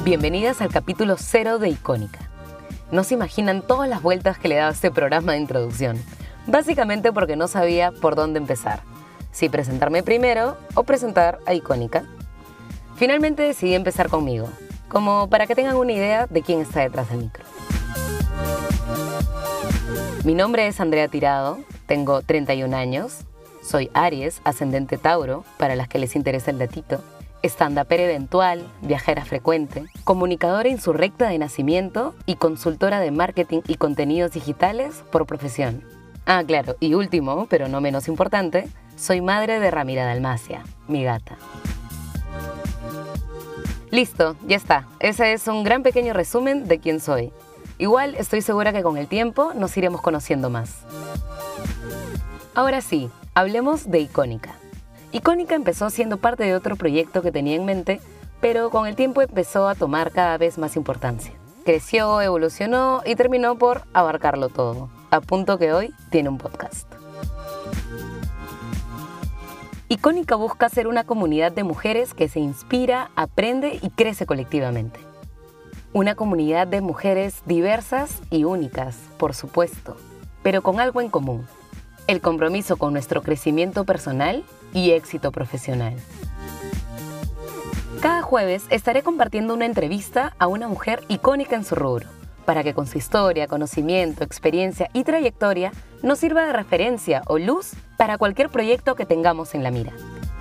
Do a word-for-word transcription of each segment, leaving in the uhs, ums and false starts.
Bienvenidas al capítulo cero de Icónica. No se imaginan todas las vueltas que le daba este programa de introducción, básicamente porque no sabía por dónde empezar, si presentarme primero o presentar a Icónica. Finalmente decidí empezar conmigo, como para que tengan una idea de quién está detrás del micro. Mi nombre es Andrea Tirado, tengo treinta y un años, soy Aries, ascendente Tauro, para las que les interesa el datito, stand-upera eventual, viajera frecuente, comunicadora insurrecta de nacimiento y consultora de marketing y contenidos digitales por profesión. Ah, claro, y último, pero no menos importante, soy madre de Ramira Dalmacia, mi gata. Listo, ya está. Ese es un gran pequeño resumen de quién soy. Igual estoy segura que con el tiempo nos iremos conociendo más. Ahora sí, hablemos de Icónica. Icónica empezó siendo parte de otro proyecto que tenía en mente, pero con el tiempo empezó a tomar cada vez más importancia. Creció, evolucionó y terminó por abarcarlo todo, a punto que hoy tiene un podcast. Icónica busca ser una comunidad de mujeres que se inspira, aprende y crece colectivamente. Una comunidad de mujeres diversas y únicas, por supuesto, pero con algo en común: el compromiso con nuestro crecimiento personal y éxito profesional. Cada jueves estaré compartiendo una entrevista a una mujer icónica en su rubro, para que con su historia, conocimiento, experiencia y trayectoria nos sirva de referencia o luz para cualquier proyecto que tengamos en la mira.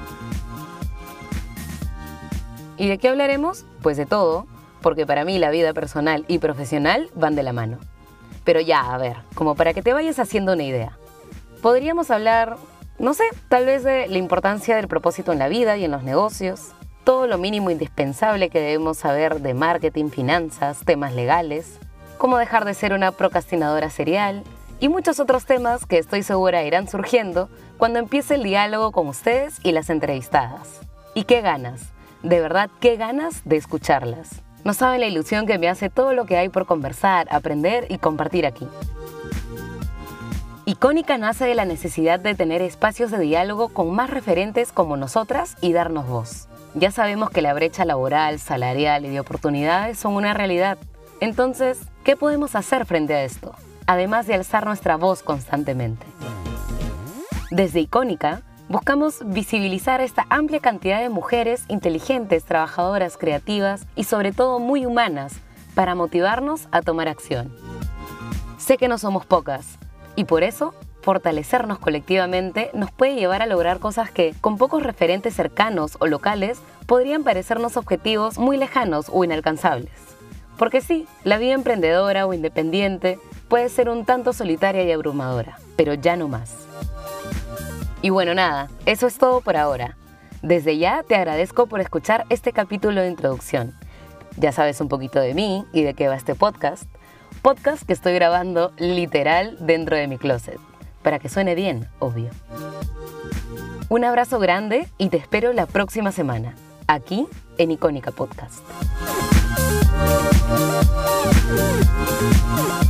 ¿Y de qué hablaremos? Pues de todo, porque para mí la vida personal y profesional van de la mano. Pero ya, a ver, como para que te vayas haciendo una idea. Podríamos hablar, no sé, tal vez de la importancia del propósito en la vida y en los negocios, todo lo mínimo indispensable que debemos saber de marketing, finanzas, temas legales, cómo dejar de ser una procrastinadora serial y muchos otros temas que estoy segura irán surgiendo cuando empiece el diálogo con ustedes y las entrevistadas. ¿Y qué ganas? De verdad, qué ganas de escucharlas. No saben la ilusión que me hace todo lo que hay por conversar, aprender y compartir aquí. Icónica nace de la necesidad de tener espacios de diálogo con más referentes como nosotras y darnos voz. Ya sabemos que la brecha laboral, salarial y de oportunidades son una realidad. Entonces, ¿qué podemos hacer frente a esto? Además de alzar nuestra voz constantemente. Desde Icónica, buscamos visibilizar esta amplia cantidad de mujeres inteligentes, trabajadoras, creativas y sobre todo muy humanas para motivarnos a tomar acción. Sé que no somos pocas y por eso fortalecernos colectivamente nos puede llevar a lograr cosas que, con pocos referentes cercanos o locales, podrían parecernos objetivos muy lejanos o inalcanzables. Porque sí, la vida emprendedora o independiente puede ser un tanto solitaria y abrumadora, pero ya no más. Y bueno, nada, eso es todo por ahora. Desde ya te agradezco por escuchar este capítulo de introducción. Ya sabes un poquito de mí y de qué va este podcast. Podcast que estoy grabando literal dentro de mi closet, para que suene bien, obvio. Un abrazo grande y te espero la próxima semana, aquí en Icónica Podcast.